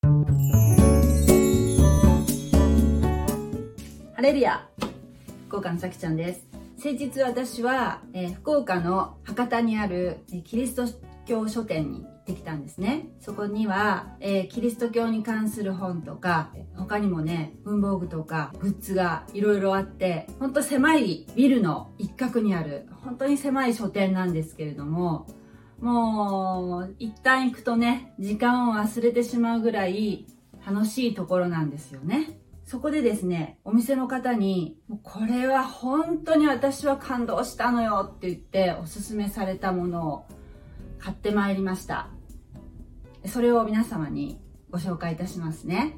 ハレルヤ、福岡のさきちゃんです。先日私は、福岡の博多にあるキリスト教書店に行ってきたんですね。そこには、キリスト教に関する本とか、他にもね、文房具とかグッズがいろいろあって、ほんと狭いビルの一角にある、本当に狭い書店なんですけれども、もう一旦行くとね、時間を忘れてしまうぐらい楽しいところなんですよね。そこでですね、お店の方に、これは本当に私は感動したのよって言っておすすめされたものを買ってまいりました。それを皆様にご紹介いたしますね。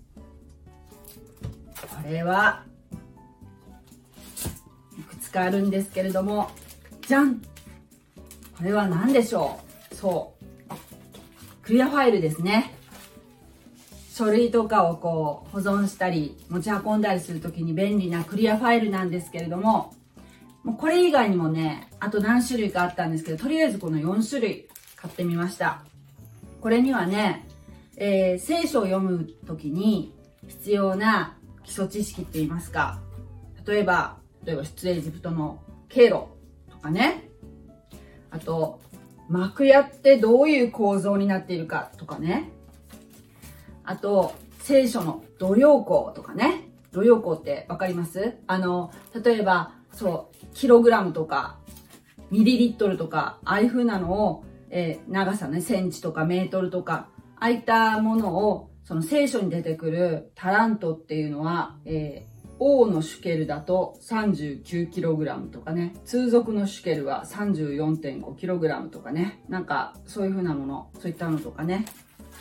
これはいくつかあるんですけれども、じゃん！これは何でしょう？そう。クリアファイルですね。書類とかをこう保存したり持ち運んだりするときに便利なクリアファイルなんですけれども、これ以外にもね、あと何種類かあったんですけど、とりあえずこの4種類買ってみました。これにはね、聖書を読むときに必要な基礎知識って言いますか、例えば出エジプトの経路とかね、あと幕屋ってどういう構造になっているかとかね、あと聖書の度量衡とかね。度量衡ってわかります？例えばキログラムとかミリリットルとか、ああいう風なのを、長さね、センチとかメートルとか、ああいったものをその聖書に出てくるタラントっていうのは、王のシュケルだと 39kg とかね、通俗のシュケルは 34.5kg とかね、なんかそういう風なもの、そういったのとかね。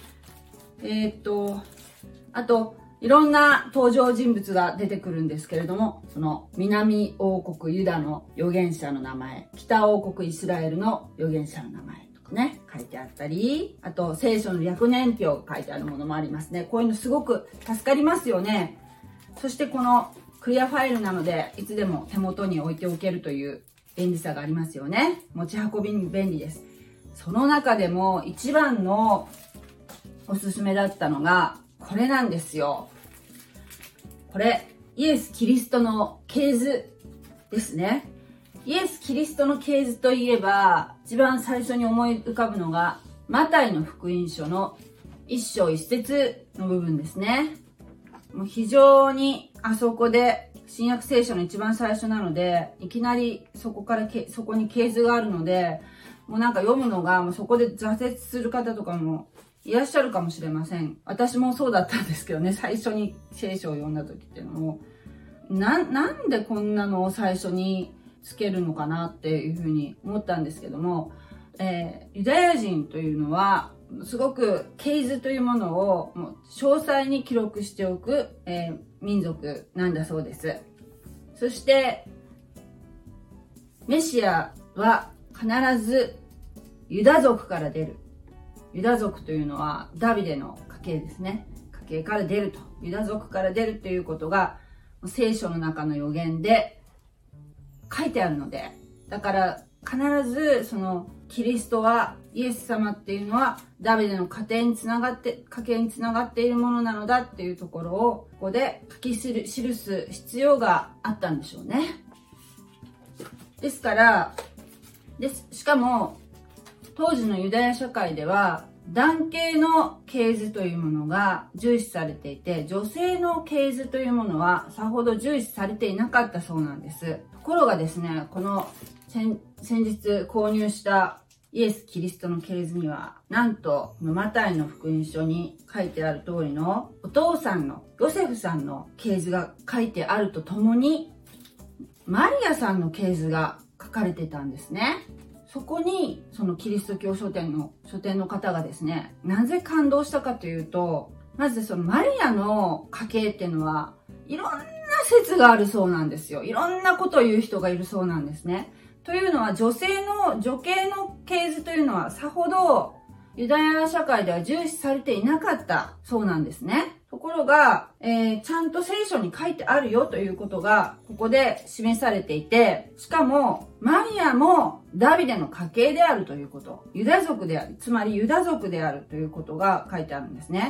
あといろんな登場人物が出てくるんですけれども、その南王国ユダの預言者の名前、北王国イスラエルの預言者の名前とかね、書いてあったり、あと聖書の略年表が書いてあるものもありますね。こういうのすごく助かりますよね。そしてこのクリアファイルなので、いつでも手元に置いておけるという便利さがありますよね。持ち運びに便利です。その中でも一番のおすすめだったのがこれなんですよ。これイエス・キリストの系図ですね。イエス・キリストの系図といえば、一番最初に思い浮かぶのがマタイの福音書の1章1節の部分ですね。もう非常にあそこで新約聖書の一番最初なので、いきなりそこに系図があるので、もうなんか読むのがもうそこで挫折する方とかもいらっしゃるかもしれません。私もそうだったんですけどね、最初に聖書を読んだ時っていうのも、なんでこんなのを最初につけるのかなっていうふうに思ったんですけども、ユダヤ人というのは、すごく系図というものをもう詳細に記録しておく、民族なんだそうです。そして、メシアは必ずユダ族から出る。ユダ族というのはダビデの家系ですね。家系から出ると。ユダ族から出るということが聖書の中の預言で書いてあるので、だから必ずそのキリストはイエス様っていうのはダビデの家系につながっているものなのだっていうところをここで記す必要があったんでしょうね。ですからしかも当時のユダヤ社会では男系の系図というものが重視されていて、女性の系図というものはさほど重視されていなかったそうなんです。ところがですね、この先日購入したイエス・キリストの系図には、なんとマタイの福音書に書いてある通りのお父さんのヨセフさんの系図が書いてあるとともに、マリアさんの系図が書かれてたんですね。そこにそのキリスト教書店の方がですね、なぜ感動したかというと、まずそのマリアの家系っていうのはいろんな説があるそうなんですよ。いろんなことを言う人がいるそうなんですね。というのは女系の系図というのはさほどユダヤ社会では重視されていなかったそうなんですね。ところが、ちゃんと聖書に書いてあるよということがここで示されていて、しかもマリアもダビデの家系であるということ、ユダ族である、つまりユダ族であるということが書いてあるんですね。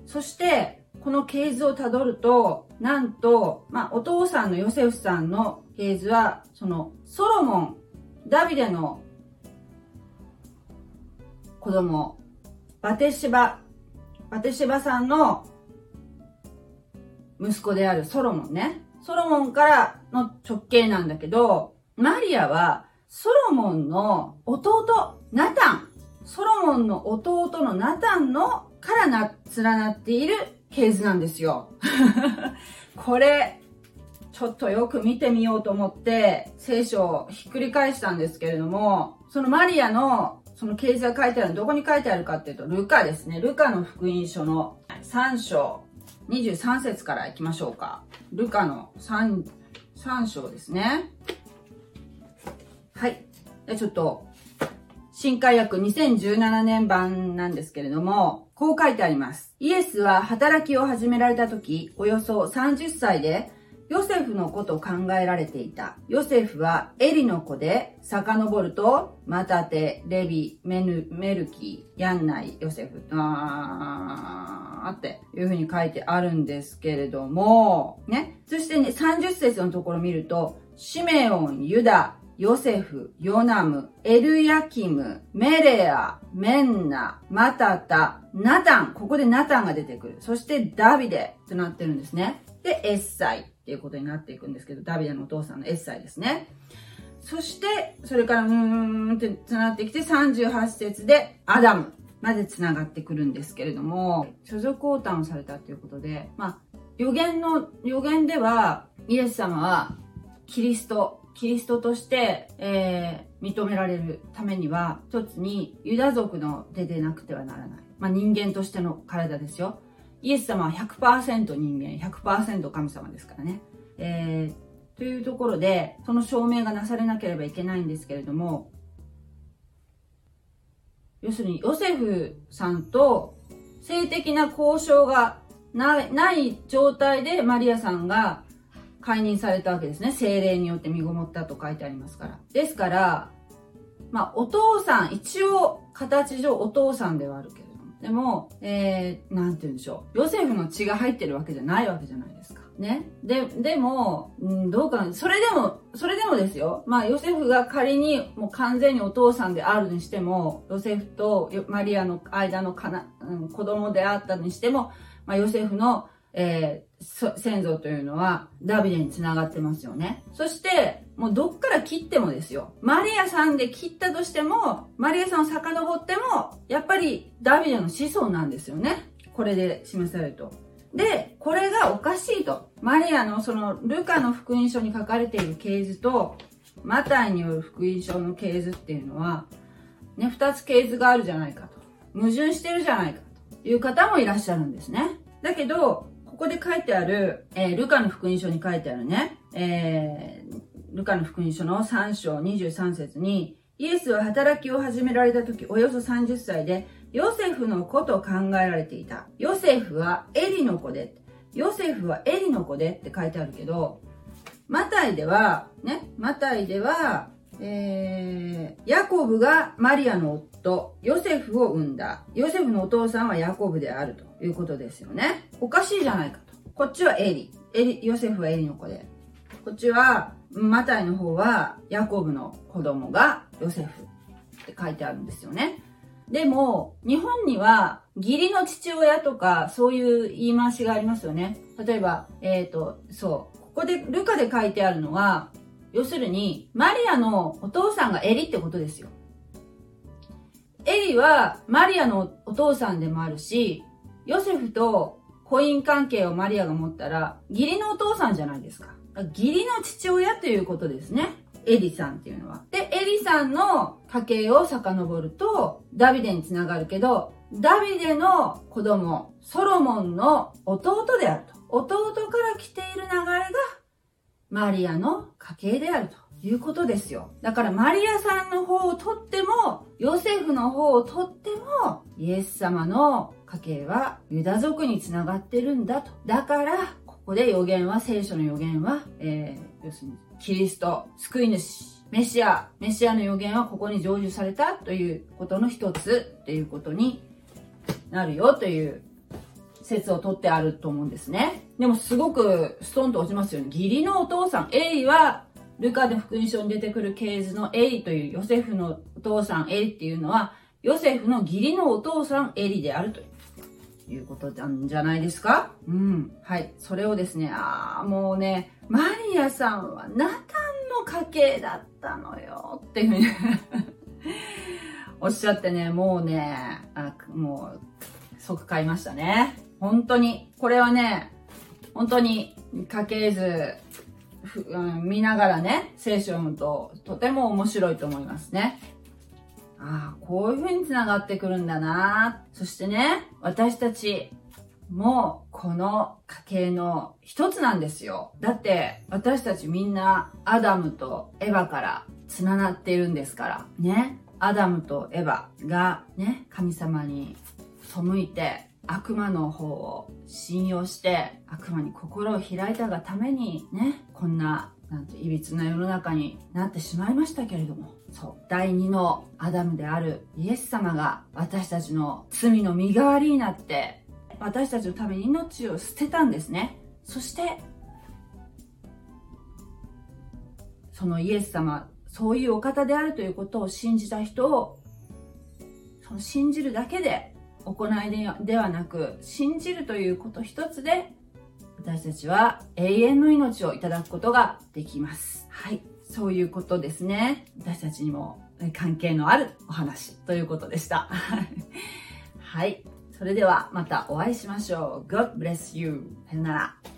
そして、この系図をたどると、なんと、お父さんのヨセフさんの系図は、その、ソロモン、ダビデの子供、バテシバさんの息子であるソロモンね。ソロモンからの直系なんだけど、マリアはソロモンの弟、ナタン。ソロモンの弟のナタンのから連なっている系図なんですよ。これ、ちょっとよく見てみようと思って聖書をひっくり返したんですけれども、そのマリアのその系図が書いてあるのどこに書いてあるかっていうと、ルカですね。ルカの福音書の3章23節からいきましょうか。ルカの 3章ですね。はい。でちょっと、新海訳2017年版なんですけれども、こう書いてあります。イエスは働きを始められた時、およそ30歳で、ヨセフの子と考えられていた。ヨセフはエリの子で、遡ると、マタテ、レビ、メルキ、ヤンナイ、ヨセフ、っていう風に書いてあるんですけれども、ね。そしてね、30節のところ見ると、シメオン、ユダ、ヨセフ、ヨナム、エルヤキム、メレア、メンナ、マタタ、ナタン。ここでナタンが出てくる。そしてダビデとなってるんですね。で、エッサイっていうことになっていくんですけど、ダビデのお父さんのエッサイですね。そして、それからって繋がってきて38節でアダムまで繋がってくるんですけれども、所属降誕をされたということで、予言では、イエス様はキリストとして、認められるためには、一つにユダ族の出でなくてはならない。人間としての体ですよ。イエス様は 100% 人間、100% 神様ですからね。というところで、その証明がなされなければいけないんですけれども、要するにヨセフさんと性的な交渉がない状態でマリアさんが解任されたわけですね。聖霊によって身ごもったと書いてありますから。ですから、お父さん、一応形上お父さんではあるけれども、でも、なんて言うんでしょう。ヨセフの血が入ってるわけじゃないわけじゃないですか。ね。でも、どうかな。それでもですよ。ヨセフが仮にもう完全にお父さんであるにしても、ヨセフとマリアの間の子供であったにしても、ヨセフの、先祖というのはダビデに繋がってますよね。そして、もうどっから切ってもですよ。マリアさんで切ったとしても、マリアさんを遡っても、やっぱりダビデの子孫なんですよね。これで示されると。で、これがおかしいと。マリアのそのルカの福音書に書かれている系図と、マタイによる福音書の系図っていうのは、ね、二つ系図があるじゃないかと。矛盾してるじゃないかという方もいらっしゃるんですね。だけど、ここで書いてある、ルカの福音書に書いてあるね、ルカの福音書の3章23節に、イエスは働きを始められた時、およそ30歳で、ヨセフの子と考えられていた。ヨセフはエリの子で、ヨセフはエリの子でって書いてあるけど、マタイでは、ヤコブがマリアの夫、ヨセフを産んだ。ヨセフのお父さんはヤコブであるということですよね。おかしいじゃないかと。こっちはヨセフはエリの子で。こっちは、マタイの方はヤコブの子供がヨセフって書いてあるんですよね。でも、日本には義理の父親とかそういう言い回しがありますよね。例えば、ここで、ルカで書いてあるのは、要するに、マリアのお父さんがエリってことですよ。エリはマリアのお父さんでもあるし、ヨセフと婚姻関係をマリアが持ったら、義理のお父さんじゃないですか。義理の父親ということですね。エリさんっていうのは。で、エリさんの家系を遡ると、ダビデにつながるけど、ダビデの子供、ソロモンの弟であると。弟から来ている流れが、マリアの家系であるということですよ。だからマリアさんの方を取っても、ヨセフの方を取っても、イエス様の家系はユダ族につながってるんだと。だから、ここで預言は、聖書の預言は、要するにキリスト、救い主、メシアの預言はここに成就されたということの一つっていうことになるよという説を取ってあると思うんですね。でもすごくストンと落ちますよね。義理のお父さん、エリは、ルカの福音書に出てくる系図のエリというヨセフのお父さんエリっていうのは、ヨセフの義理のお父さんエリであるということなんじゃないですか？はい。それをですね、もうね、マリアさんはナタンの家系だったのよっていうふうにおっしゃってね、もうね、もう即買いましたね。本当に、これはね、本当に家系図、見ながらね、聖書を読むととても面白いと思いますね。こういう風に繋がってくるんだな。そしてね、私たちもこの家系の一つなんですよ。だって私たちみんなアダムとエヴァから繋がっているんですからね。アダムとエヴァがね、神様に背いて悪魔の方を信用して悪魔に心を開いたがためにね、こんないびつな世の中になってしまいましたけれども、第二のアダムであるイエス様が私たちの罪の身代わりになって私たちのために命を捨てたんですね。そしてそのイエス様、そういうお方であるということを信じた人を、その信じるだけで、行いではなく信じるということ一つで私たちは永遠の命をいただくことができます。はい、そういうことですね。私たちにも関係のあるお話ということでした。はい、それではまたお会いしましょう。God bless you. さよなら。